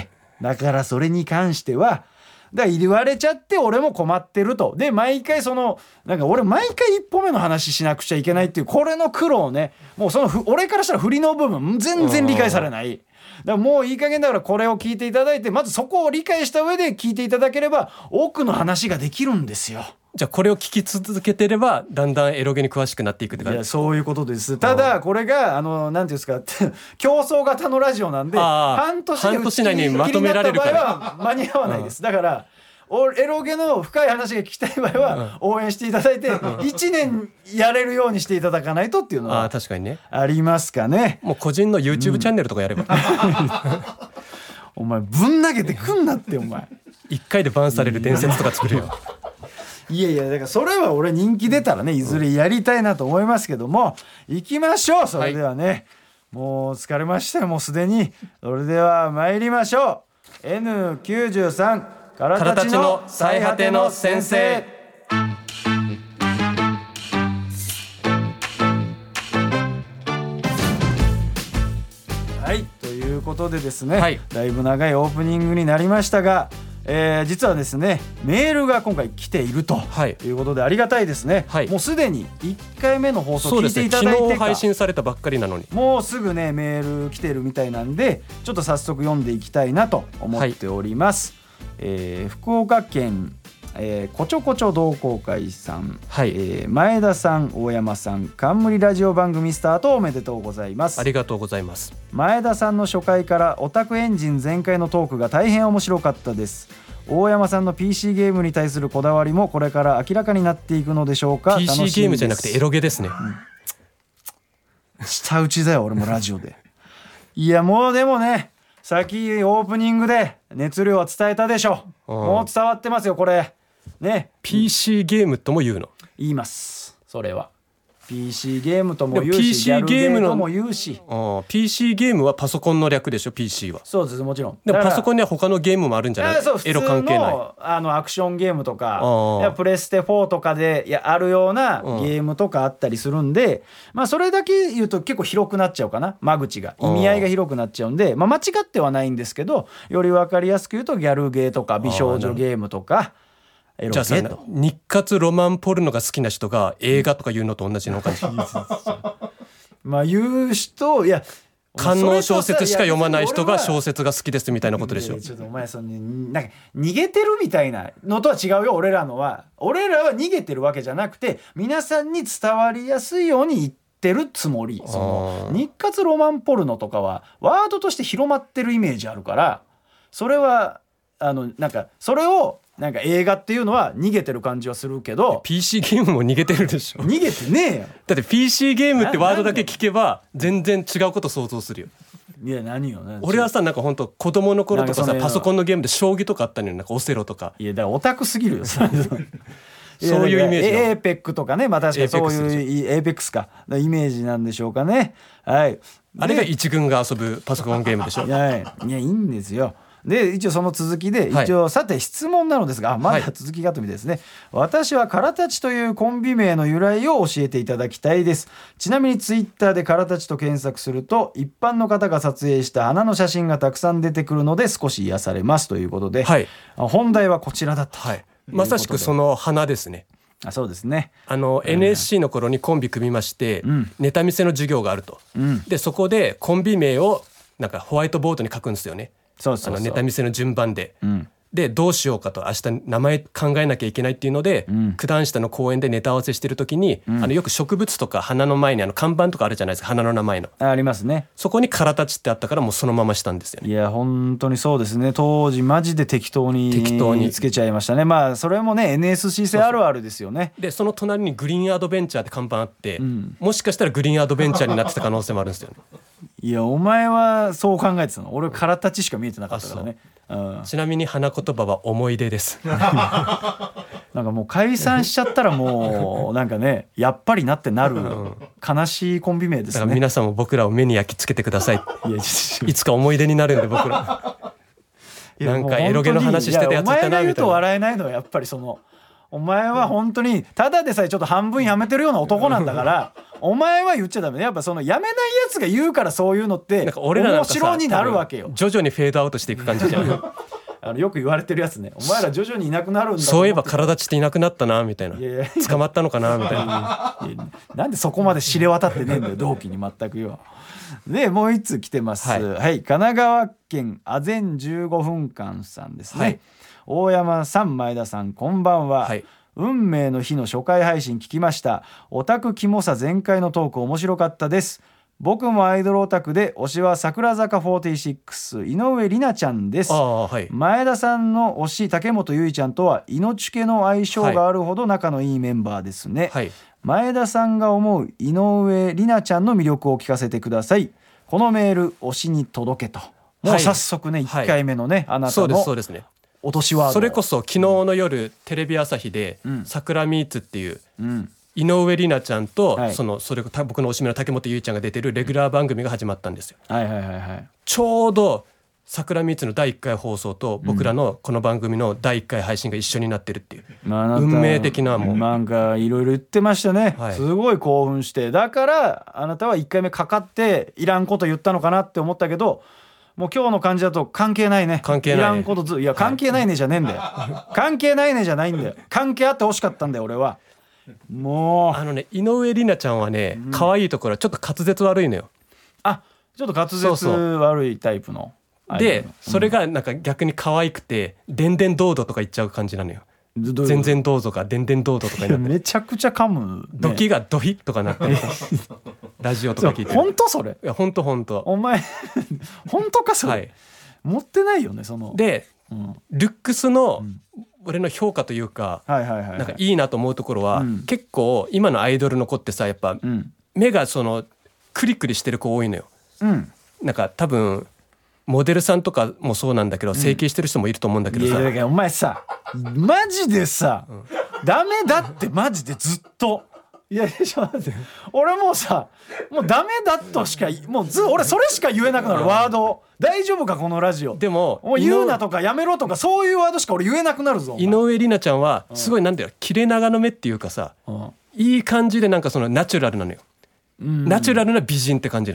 だからそれに関してはだから言われちゃって俺も困ってると。で毎回そのなんか俺毎回一歩目の話しなくちゃいけないっていうこれの苦労をね、もうその俺からしたら振りの部分全然理解されない。だからもういい加減だからこれを聞いていただいてまずそこを理解した上で聞いていただければ多くの話ができるんですよ。 じゃあこれを聞き続けてればだんだんエロゲに詳しくなっていくって感じ。 いやそういうことです。ただこれがあのなんていうんですか競争型のラジオなんで半年で半年内にまとめられるからは間に合わないです。だからエロゲの深い話が聞きたい場合は応援していただいていちねんやれるようにしていただかないとっていうのは確かにねありますかね。 もう個人の YouTube チャンネルとかやれば、うん、 お前ぶん投げてくんなってお前いっかいでバンされる伝説とか作るよ。 いやいやだからそれは俺人気出たらねいずれやりたいなと思いますけども、行きましょう。それではね、はい、もう疲れましたよもうすでに。それでは参りましょう。 エヌきゅうじゅうさん からたちの最果ての先生。はいということでですね、はい、だいぶ長いオープニングになりましたが、えー、実はですねメールが今回来ているということでありがたいですね、はい、もうすでにいっかいめの放送聞いていただいて、 そうですね、昨日配信されたばっかりなのにもうすぐねメール来てるみたいなんでちょっと早速読んでいきたいなと思っております、はいえー、福岡県、えー、こちょこちょ同好会さん、はいえー、前田さん大山さん冠ラジオ番組スタートおめでとうございます。 ありがとうございます。 前田さんの初回からオタクエンジン全開のトークが大変面白かったです。大山さんの ピーシー ゲームに対するこだわりもこれから明らかになっていくのでしょうか。 ピーシー ゲームじゃなくてエロゲですね、 うん、下打ちだよ俺もラジオでいやもうでもねさっきオープニングで熱量は伝えたでしょ。もう伝わってますよこれね。 ピーシー ゲームとも言うの？ 言いますそれは。ピーシー ゲームとも言うし ピーシー ゲームとも言うし、 あ ピーシー ゲームはパソコンの略でしょ ピーシー は。 そうですもちろん。 でもパソコンには他のゲームもあるんじゃない？エロ関係ない。 あのアクションゲームとかいやプレステフォーとかでいやあるようなゲームとかあったりするんで、まあそれだけ言うと結構広くなっちゃうかな。間口が意味合いが広くなっちゃうんで、まあ間違ってはないんですけどより分かりやすく言うとギャルゲーとか美少女ゲームとかエロじゃあさゲと日活ロマンポルノが好きな人が映画とか言うのと同じのかもまあ言う人いや官能小説しか読まない人が小説が好きですみたいなことでしょ。 ちょっとお前そのなんか逃げてるみたいなのとは違うよ。俺らのは俺らは逃げてるわけじゃなくて皆さんに伝わりやすいように言ってるつもり。その日活ロマンポルノとかはワードとして広まってるイメージあるからそれはあのなんかそれをなんか映画っていうのは逃げてる感じはするけどピーシー ゲームも逃げてるでしょ。 逃げてねえよ。 だって ピーシー ゲームってワードだけ聞けば全然違うこと想像するよ。 いや何よね。 俺はさなんか本当子供の頃とかなんかそのさパソコンのゲームで将棋とかあったのよ。なんかオセロとか。 いやだからオタクすぎるよ。そういうイメージ。 エーペックとかねまあ確かにそういうエーペックスかイメージなんでしょうかね。はい。 あれが一軍が遊ぶパソコンゲームでしょ。 いやいやいいんですよ。で一応その続きで、 はい、 一応さて質問なのですがあまだ続きがとみですね、はい、私はからたちというコンビ名の由来を教えていただきたいです。ちなみにツイッターでからたちと検索すると一般の方が撮影した花の写真がたくさん出てくるので少し癒されますということで、はい、本題はこちらだった、はい、 まさしくその花ですね。 あそうですね。 あの エヌエスシー の頃にコンビ組みまして、うん、ネタ見せの授業があると、うん、でそこでコンビ名をなんかホワイトボードに書くんですよね。そうそうそうあのネタ見せの順番で、うん、でどうしようかと明日名前考えなきゃいけないっていうので、うん、九段下の公園でネタ合わせしてる時に、うん、あのよく植物とか花の前にあの看板とかあるじゃないですか。花の名前のあ, ありますね。 そこにからたちってあったからもうそのまましたんですよね。 いや本当にそうですね。当時マジで適当に適当につけちゃいましたね。まあそれもね エヌエスシー 製あるあるですよね。 でその隣にグリーンアドベンチャーって看板あって、うん、もしかしたらグリーンアドベンチャーになってた可能性もあるんですよね。 いやお前はそう考えてたの。俺はからたちしか見えてなかったからね。うん、 ちなみに花言葉は思い出ですなんかもう解散しちゃったらもうなんかねやっぱりなってなる悲しいコンビ名ですね。 だから皆さんも僕らを目に焼き付けてください。いやいつか思い出になるんで僕らなんかエロゲの話してたやついたなみたいな。お前が言うと笑えないのはやっぱりそのお前は本当にただでさえちょっと半分やめてるような男なんだからお前は言っちゃダメ。やっぱそのやめないやつが言うからそういうのって面白になるわけよ。 徐々にフェードアウトしていく感じじゃんあのよく言われてるやつね。お前ら徐々にいなくなるんだ。 そういえば体ちっていなくなったなみたいな。いやいや捕まったのかなみたいな。 いやなんでそこまで知れ渡ってねえんだよ同期に全くよ。でもう一通来てます。はい、はい、神奈川県あぜんじゅうごふんかんさんですね。はい、大山さん前田さんこんばんは。はい、運命の日の初回配信聞きました。オタクキモさ全開のトーク面白かったです。僕もアイドルオタクで推しは桜坂フォーティシックス井上里奈ちゃんです。あ、はい、前田さんの推し竹本結衣ちゃんとは命気の相性があるほど仲のいいメンバーですね。はい、前田さんが思う井上里奈ちゃんの魅力を聞かせてください。このメール推しに届けと。もう早速ね、はい、いっかいめのね、あなたのそうですそうですね落としワード。 それこそ昨日の夜、うん、テレビ朝日で、うん、桜ミーツっていう、うん、井上里奈ちゃんと、はい、そのそれ僕の推しメの竹本結衣ちゃんが出てるレギュラー番組が始まったんですよ。はいはいはいはい、ちょうど桜ミーツのだいいっかい放送と僕らのこの番組のだいいっかい配信が一緒になってるっていう、うん、運命的なもうなんかいろいろ言ってましたね、はい、すごい興奮して。だからあなたはいっかいめかかっていらんこと言ったのかなって思ったけどもう今日の感じだと関係ないね。 関係ない、ね、 いらんことずいや関係ないねじゃねえんだよ、はい、関係ないねじゃないんだよ。関係あってほしかったんだよ俺は。もうあのね井上里奈ちゃんはね可愛いところはちょっと滑舌悪いのよ。 あちょっと滑舌悪いタイプので、それがなんか逆に可愛くてでんでんどうどとか言っちゃう感じなのよ。全然どうぞがでんでんどうどとかになってめちゃくちゃ噛む、ね、 ドキがドヒとかなってラジオとか聞いて本当それ。いや本当本当お前本当かそれ、はい、持ってないよねそので、うん、ルックスの俺の評価というか、うん、なんかいいなと思うところは、うん、結構今のアイドルの子ってさやっぱ、うん、目がそのクリクリしてる子多いのよ、うん、なんか多分モデルさんとかもそうなんだけど、うん、整形してる人もいると思うんだけどさ。 いやだからお前さマジでさ、うん、ダメだってマジでずっといやちょっと待って俺もうさもうダメだとしかもうず俺それしか言えなくなるワード。大丈夫かこのラジオ。 でももう言うなとかやめろとかそういうワードしか俺言えなくなるぞ。 井上里奈ちゃんはすごいなんだよ切れ長の目っていうかさ、うん、いい感じでなんかそのナチュラルなのよ、うん、ナチュラルな美人って感じなのよ。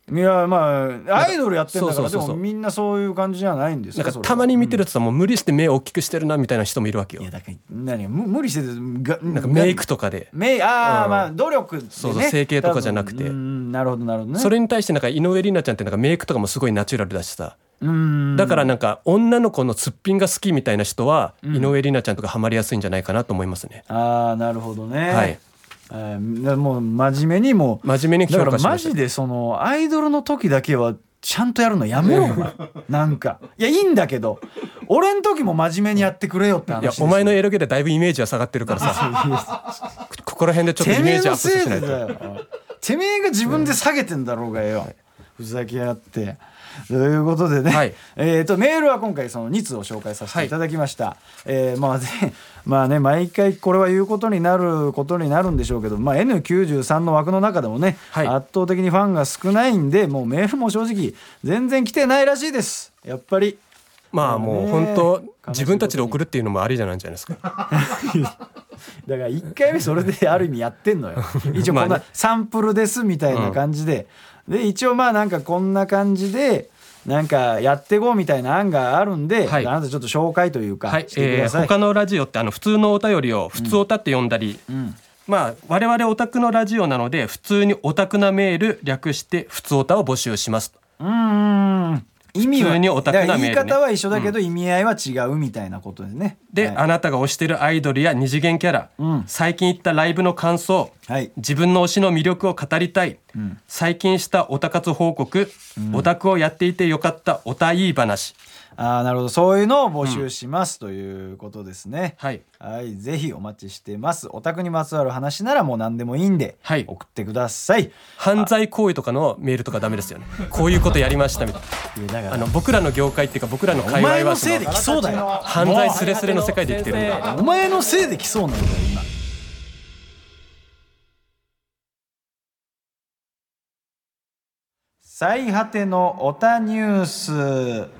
いやまあアイドルやってんだからでもみんなそういう感じじゃないんですか。 なんかたまに見てるとさ、もう無理して目を大きくしてるなみたいな人もいるわけよ。 いやだから何無理してがなんかメイクとかでメイああ、うん、まあ努力でね、 そうそう整形とかじゃなくて、うん、 なるほどなるほどね。 それに対してなんか井上梨名ちゃんってなんかメイクとかもすごいナチュラルだしさ、うんだからなんか女の子のすっぴんが好きみたいな人は、うん、井上梨名ちゃんとかハマりやすいんじゃないかなと思いますね。 ああなるほどね。 はい。 えー、もう真面目にも真面目に評価しました。 だからマジでそのアイドルの時だけはちゃんとやるのやめろお前なんかいやいいんだけど俺の時も真面目にやってくれよって話です。 いやお前のエロゲでだいぶイメージは下がってるからさここら辺でちょっとイメージアップしないと。 てめえが自分で下げてんだろうがよ、うん、ふざけやがってということでね、はい、えー、とメールは今回そのに通を紹介させていただきました、はい、えー、まあ、まあね毎回これは言うことになることになるんでしょうけど、まあ、エヌきゅうじゅうさん の枠の中でもね、はい、圧倒的にファンが少ないんでもうメールも正直全然来てないらしいです。やっぱりまあもう本当自分たちで送るっていうのもありじゃないんじゃないですかだからいっかいめそれである意味やってんのよ一応こんなサンプルですみたいな感じで、うん、で一応まあなんかこんな感じでなんかやっていこうみたいな案があるんで、はい、あなたちょっと紹介というかしてください。 えー、他のラジオってあの普通のお便りを普通オタって呼んだり、うんうん、まあ我々オタクのラジオなので普通にオタクなメール略して普通オタを募集しますと。 うーん意味はにオタクなメール、ね、言い方は一緒だけど意味合いは違うみたいなことですね、 うん、で、はい、あなたが推してるアイドルや二次元キャラ、うん、最近行ったライブの感想、はい、自分の推しの魅力を語りたい、うん、最近したオタ活報告、うん、オタクをやっていてよかったオタいい話。 あーなるほどそういうのを募集します、うん、ということですね。 はい、 はい、ぜひお待ちしてます。オタクにまつわる話ならもう何でもいいんで、はい、送ってください。 犯罪行為とかのメールとかダメですよねこういうことやりましたみたいな。いやだからあの僕らの業界っていうか僕らの界隈はお前のせいで来そうだよ。 犯罪スレスレの世界で生きてるんだ。 お前のせいで来そうなんだよ今。最果てのオタニュース。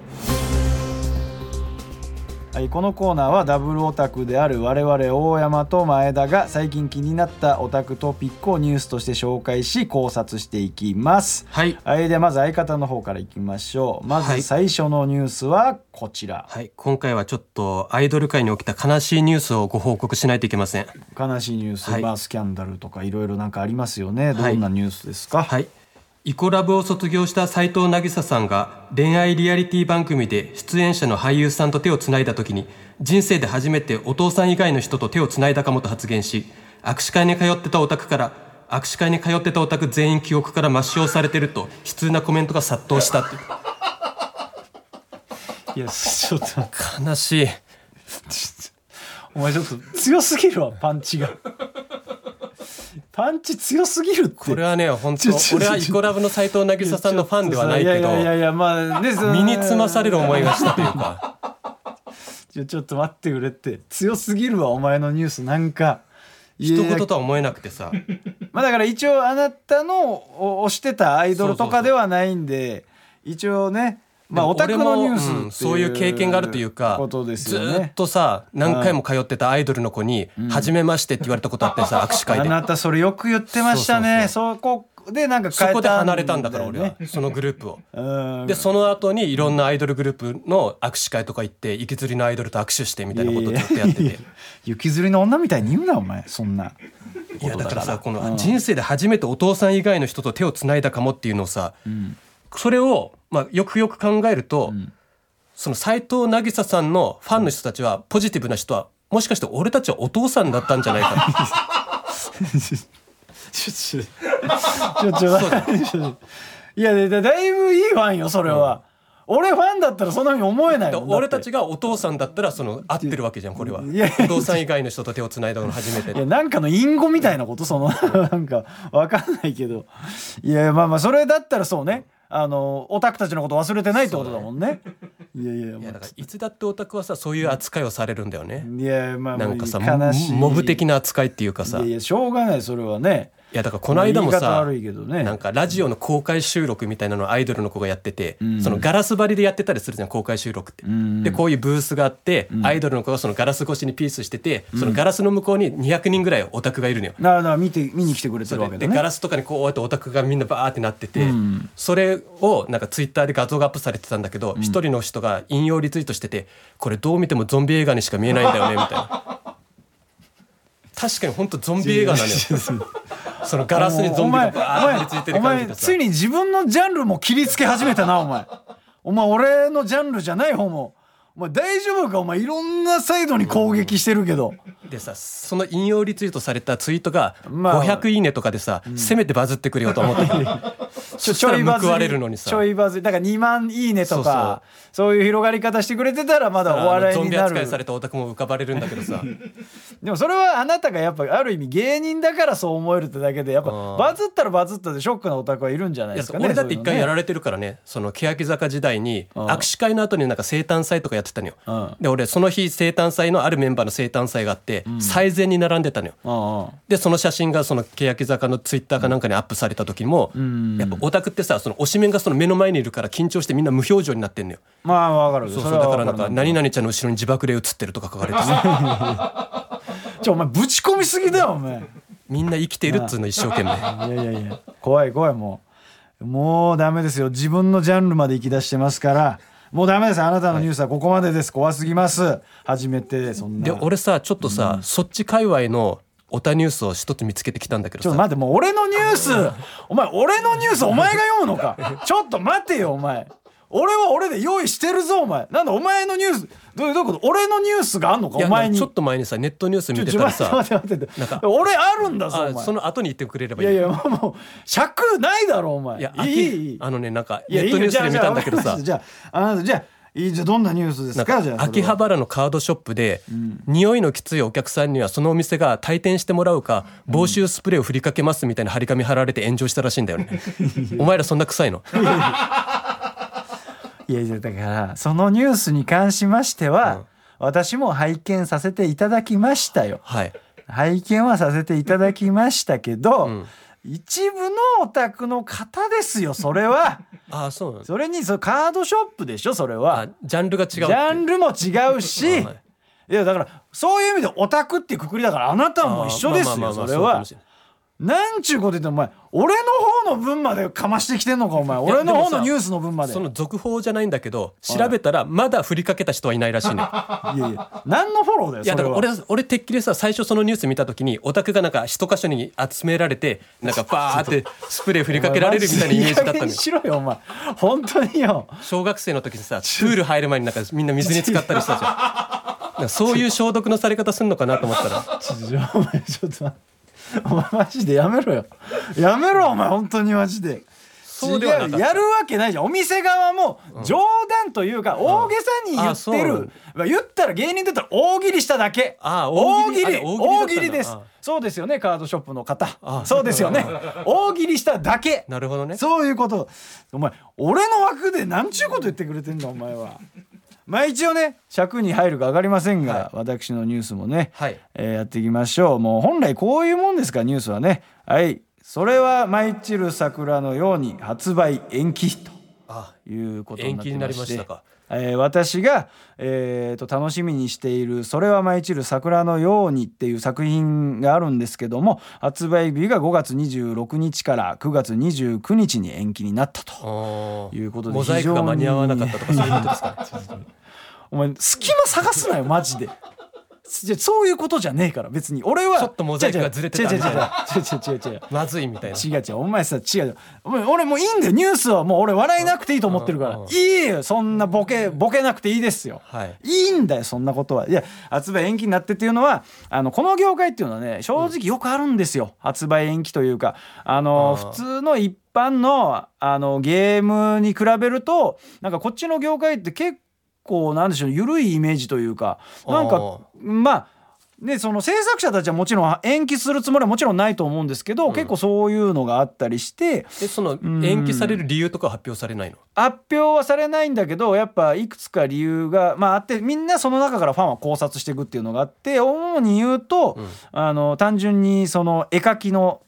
はい、このコーナーはダブルオタクである我々大山と前田が最近気になったオタクトピックをニュースとして紹介し考察していきます。はい、はい、ではまず相方の方からいきましょう。まず最初のニュースはこちら、 はい、今回はちょっとアイドル界に起きた悲しいニュースをご報告しないといけません。 悲しいニュース、はい、まあ、スキャンダルとかいろいろなんかありますよね。どんなニュースですか？ はい、イコラブを卒業した斉藤渚さんが恋愛リアリティ番組で出演者の俳優さんと手をつないだ時に人生で初めてお父さん以外の人と手をつないだかもと発言し、握手会に通ってたオタクから握手会に通ってたオタク全員記憶から抹消されてると悲痛なコメントが殺到したっていう。 いやちょっと悲しいお前ちょっと強すぎるわパンチがパンチ強すぎるって。 これはね本当俺はイコラブの斉藤渚さんのファンではないけど、 いやいやいやまあね身につまされる思いがしたというかちょ、ちょっと待ってくれって。強すぎるわお前のニュースなんか一言とは思えなくてさまあだから一応あなたの推してたアイドルとかではないんで一応ねまあオタクのニュースっていう、うん、 そういう経験があるというかことですよね。 ずっとさ何回も通ってたアイドルの子に初めましてって言われたことあってさ、うん、握手会であなたそれよく言ってましたね。そうそうそうそこでなんか変えたんだよね。 そこで離れたんだから俺はそのグループをでその後にいろんなアイドルグループの握手会とか行って雪吊りのアイドルと握手してみたいなことをずっとやってて、いやいやいや雪吊りの女みたいに言うなお前そんな。 いやだからさこの人生で初めてお父さん以外の人と手をつないだかもっていうのをさ、うん、それを、まあ、よくよく考えると、うん、その斉藤渚さんのファンの人たちはポジティブな人はもしかして俺たちはお父さんだったんじゃないかちょちょちょちょちょいやだだいぶいいファンよそれは、うん、俺ファンだったらそんなふうに思えないもん。 俺たちがお父さんだったらその合ってるわけじゃんこれは。いやお父さん以外の人と手をつないだの初めて。 いやなんかの隠語みたいなことそのなんかわかんないけどいやまあまあそれだったらそうねあのオタクたちのこと忘れてないってことだもんね。いやいや、 いやだからいつだってオタクはさそういう扱いをされるんだよね。 いやまあなんかさモブ的な扱いっていうかさ。 いやいやしょうがないそれはね。 いやだからこの間もさ、 言い方悪いけどね、 なんかラジオの公開収録みたいなのをアイドルの子がやってて、 うん、 そのガラス張りでやってたりするじゃん公開収録って、うん、でこういうブースがあって、うん、アイドルの子がそのガラス越しにピースしてて、うん、そのガラスの向こうににひゃくにんぐらいオタクがいるのよ。 だから見て見に来てくれてるわけだね。 でガラスとかにこうやってオタクがみんなバーってなってて、うん、それをなんかツイッターで画像がアップされてたんだけど、一、うん、人の人が引用リツイートしてて、これどう見てもゾンビ映画にしか見えないんだよねみたいな。確かに本当ゾンビ映画なのよ。そのガラスにゾンビがバーってついてる感じでさ、 ついに自分のジャンルも切りつけ始めたなお前。お前俺のジャンルじゃない方もお前大丈夫か、お前いろんなサイドに攻撃してるけど。 でさ、その引用リツイートされたツイートがごひゃくいいねとかでさ、まあ、せめてバズってくれよと思ってそしたら報われるのにさ、 ちょいバズりだからにまんいいねとか、そうそう、そういう広がり方してくれてたらまだお笑いになる。ゾンビ扱いされたオタクも浮かばれるんだけどさでもそれはあなたがやっぱある意味芸人だからそう思えるってだけで、やっぱバズったらバズったでショックなオタクはいるんじゃないですかね。 俺だって一回やられてるからね。その欅坂時代に握手会の後になんか生誕祭とかやってたのよ。で俺その日生誕祭のあるメンバーの生誕祭があって、うん、最前に並んでたのよ。でその写真がその欅坂のツイッターかなんかにアップされた時も、うん、やっぱオタクってさ、その推しメンがその目の前にいるから緊張してみんな無表情になってんのよ。 まあわかる。 そうそう、だからなんか何々ちゃんの後ろに自爆霊映ってるとか書かれてさちょお前ぶち込みすぎだよお前。 みんな生きてるっつうの一生懸命。 いやいやいや怖い怖い、もうもうダメですよ。自分のジャンルまで行き出してますからもうダメです。あなたのニュースはここまでです。怖すぎます。初めてそんな。 で俺さちょっとさ、うん、そっち界隈のオタニュースを一つ見つけてきたんだけどさ。 ちょっと待って、もう俺のニュースお前俺のニュースお前が読むのかちょっと待てよお前。俺は俺で用意してるぞお前。なんだお前のニュースどういうこと。俺のニュースがあんのかお前に。 ちょっと前にさネットニュース見てたらさ、 待って待って待って、なんか俺あるんだぞお前。 その後に言ってくれればいい。 いやいやもう尺ないだろお前。 いやいいあのね、なんかネットニュースで見たんだけどさ、 じゃああのじゃあいい、じゃあどんなニュースですか。じゃあ秋葉原のカードショップで、うん、匂いのきついお客さんにはそのお店が退店してもらうか防臭スプレーを振りかけますみたいな張り紙貼られて炎上したらしいんだよねお前らそんな臭いのいやいやだからそのニュースに関しましては、うん、私も拝見させていただきましたよ、 はい、 拝見はさせていただきましたけど、うん、一部のオタクの方ですよそれはあ、そうなんだ。 それにそのカードショップでしょそれは。 あ、ジャンルが違う。ジャンルも違うし、はい、いやだからそういう意味でオタクっていうくくりだからあなたも一緒ですよそれは。なんちゅうこと言ってお前俺の方の分までかましてきてんのかお前。俺の方のニュースの分まで。 その続報じゃないんだけど調べたらまだ振りかけた人はいないらしいねいやいや何のフォローだよそれは。いやだから俺, 俺てっきりさ最初そのニュース見た時にオタクがなんか一箇所に集められてなんかバーってスプレー振りかけられるみたいなイメージだったのよ。 いい加減にしろよお前本当によ。 小学生の時にさプール入る前になんかみんな水に浸かったりしたじゃんなんかそういう消毒のされ方すんのかなと思ったらちょっとお前ちょっと待ってお前マジでやめろよやめろお前本当にマジで。 そうではなかった。 やるわけないじゃん。お店側も冗談というか大げさに言ってる、うん、言ったら芸人だったら大喜利しただけ。 ああ大喜利大喜利です。そうですよねカードショップの方。そうですよね大喜利しただけ。 なるほどね。 そういうこと。お前俺の枠でなんちゅうこと言ってくれてんだお前は。まあ一応ね尺に入るか分かりませんが、はい、私のニュースもね、はいえー、やっていきましょう。もう本来こういうもんですからニュースはね。はい、それは舞い散る桜のように発売延期ということになってまして、延期になりましたか。えー、私が、えー、と楽しみにしているそれは舞い散る桜のようにっていう作品があるんですけども、発売日がごがつにじゅうろくにちからくがつにじゅうくにちに延期になったということで、 モザイクが間に合わなかったとかそういうことですかねお前隙間探すなよマジでそういうことじゃねえから別に。俺はちょっとモザイクがずれてたみたいな。 違う違う違う違う違うまずいみたいな。 違う違うお前さ違うお前俺もういいんだよニュースはもう俺笑いなくていいと思ってるからいいよそんなボケボケなくていいですよ、はい、いいんだよそんなことは。いや発売延期になってっていうのはあのこの業界っていうのはね正直よくあるんですよ、うん、発売延期というかあの普通の一般のあのゲームに比べるとなんかこっちの業界って結構こうなんでしょう緩いイメージというかなんかまあでその制作者たちはもちろん延期するつもりはもちろんないと思うんですけど、うん、結構そういうのがあったりしてでその延期される理由とか発表されないの？ 発表はされないんだけどやっぱいくつか理由が、まあ、あってみんなその中からファンは考察していくっていうのがあって主に言うと、うん、あの単純にその絵描きの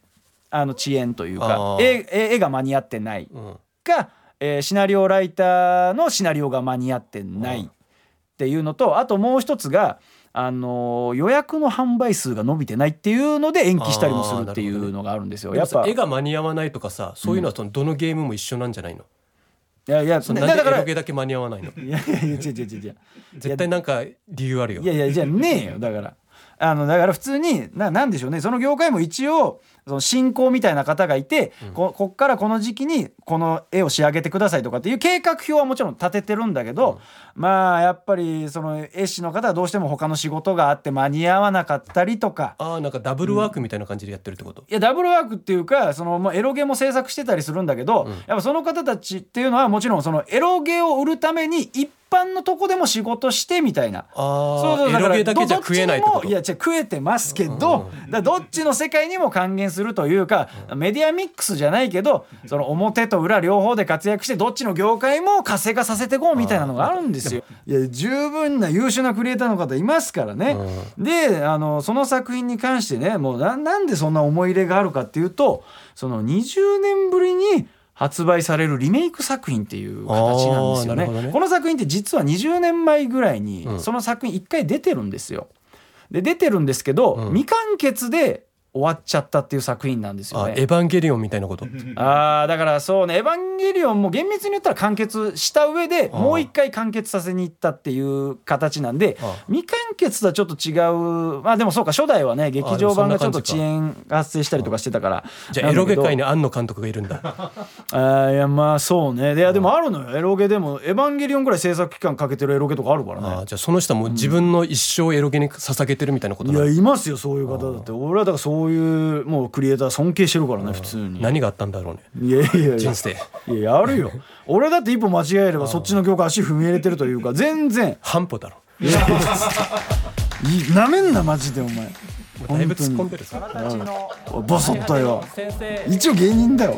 あの遅延というか 絵, 絵が間に合ってないか、えー、シナリオライターのシナリオが間に合ってないっていうのと、あともう一つがあのー、予約の販売数が伸びてないっていうので延期したりもするっていうのがあるんですよ。やっぱ絵が間に合わないとかさ、そういうのはそのどのゲームも一緒なんじゃないの？ いやいや、 そのなんでエロゲだけ間に合わないの？ いやいやいや違う違う違う絶対なんか理由あるよ。 いやいやじゃねえよ。だからあのだから普通に な, なんでしょうね、その業界も一応その進行みたいな方がいて、うん、こ, こっからこの時期にこの絵を仕上げてくださいとかっていう計画表はもちろん立ててるんだけど、うん、まあやっぱりその絵師の方はどうしても他の仕事があって間に合わなかったりとか。 ああ、なんかダブルワークみたいな感じでやってるってこと？うん、 いやダブルワークっていうか、その、まあ、エロゲも制作してたりするんだけど、うん、やっぱその方たちっていうのはもちろんそのエロゲを売るために一般のとこでも仕事してみたいな。 あそうそう、だからエロゲだけじゃ食えないってこと？ いや違う、食えてますけど、うん、だどっちの世界にも還元するというか、うん、メディアミックスじゃないけど、その表と裏両方で活躍してどっちの業界も活性化させていこうみたいなのがあるんですよ。いや十分な優秀なクリエイターの方いますからね、うん、であのその作品に関してね、もう な, なんでそんな思い入れがあるかっていうと、そのにじゅうねんぶりに発売されるリメイク作品っていう形なんですよ ね, ね。この作品って実はにじゅうねんまえぐらいにその作品いっかい出てるんですよ。で出てるんですけど、うん、未完結で終わっちゃったっていう作品なんですよね。 あエヴァンゲリオンみたいなこと。 あだからそうね、エヴァンゲリオンも厳密に言ったら完結した上でもう一回完結させに行ったっていう形なんで、未完結とはちょっと違う。まあでもそうか、初代はね劇場版がちょっと遅延が発生したりとかしてたから。 じゃあエロゲ界に庵野監督がいるんだ。 あいやまあそうね。でいやでもあるのよ、エロゲでもエヴァンゲリオンぐらい制作期間かけてるエロゲとかあるからね。 あじゃあその人はもう自分の一生エロゲに捧げてるみたいなことなの？ いやいますよそういう方だって。俺はだからそういうもうクリエイター尊敬してるからね普通に。 何があったんだろうね。 いやいやいや人生。 いやあるよ。俺だって一歩間違えればそっちの業界足踏み入れてるというか、全然半歩だろ。 いやなめんなマジでお前。 だいぶ突っ込んでるさ。 ボソッとよ。一応芸人だよ。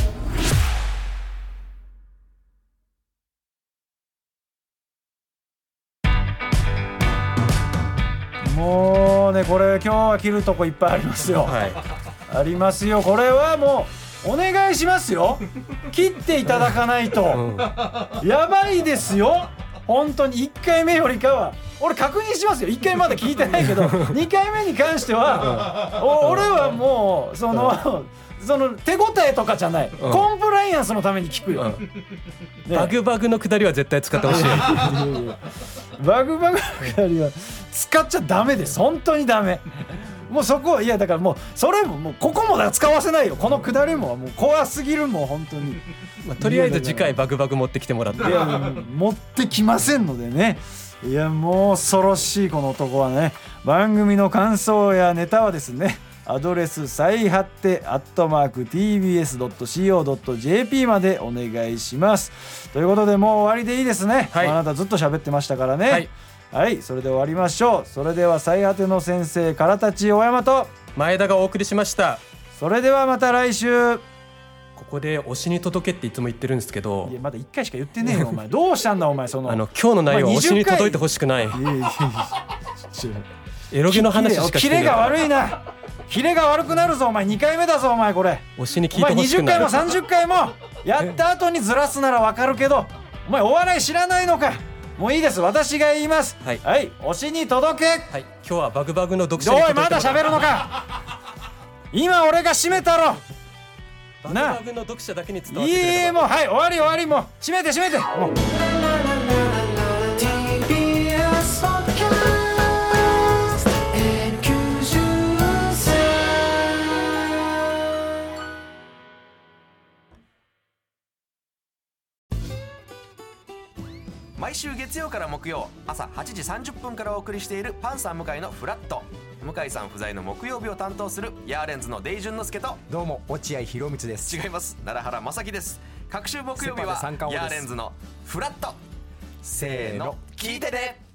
もうねこれ今日は切るとこいっぱいありますよ、はい、ありますよ。これはもうお願いしますよ。切っていただかないと、うん、やばいですよ本当に。いっかいめよりかは俺確認しますよ。いっかいまだ聞いてないけどにかいめに関しては、うん、俺はもうその、うん、その手応えとかじゃない、うん、コンプライアンスのために聞くよ、うんね、バグバグのくだりは絶対使ってほしい。 バグバグのくだりは使っちゃダメです。本当にダメ。もうそこいやだからもうそれももうここもだから使わせないよ。このくだりももう怖すぎるもん本当に。 まあ、とりあえず次回バグバグ持ってきてもらって。 いや持ってきませんのでね。いやもう恐ろしいこの男はね。番組の感想やネタはですね、アドレス最果てアットマーク ティービーエスドットシーオードットジェーピー までお願いします。ということでもう終わりでいいですね、はい、あなたずっと喋ってましたからね。はい、はい、それで終わりましょう。それでは最果ての先生からたち大山と前田がお送りしました。 それではまた来週。 ここで推しに届けっていつも言ってるんですけど、 いやまだいっかいしか言ってねえよお前。どうしたんだお前。そのあの今日の内容は推しに届いてほしくない。いやいやいやエロゲの話しかしてない。 キレが悪いな。キレが悪くなるぞお前。にかいめだぞお前。これ推しに聞いてほしくない。お前にじゅっかいもさんじゅっかいもやった後にずらすならわかるけど、お前お笑い知らないのか。もういいです、私が言います。はい、はい、推しに届け。 はい、今日はバグバグの読者に届け。 おいまだ喋るのか。今俺が締めたろ。 バグバグの読者だけに伝わってくれれば。 いいもうはい終わり終わり。もう締めて締めてもう。 毎週月曜から木曜朝はちじさんじゅっぷんからお送りしているパンサー向井のフラット。向井さん不在の木曜日を担当するヤーレンズのデイジュンの之介と、 どうも落合博満です。 違います、奈良原正樹です。各週木曜日はヤーレンズのフラット。せーの聞いてね。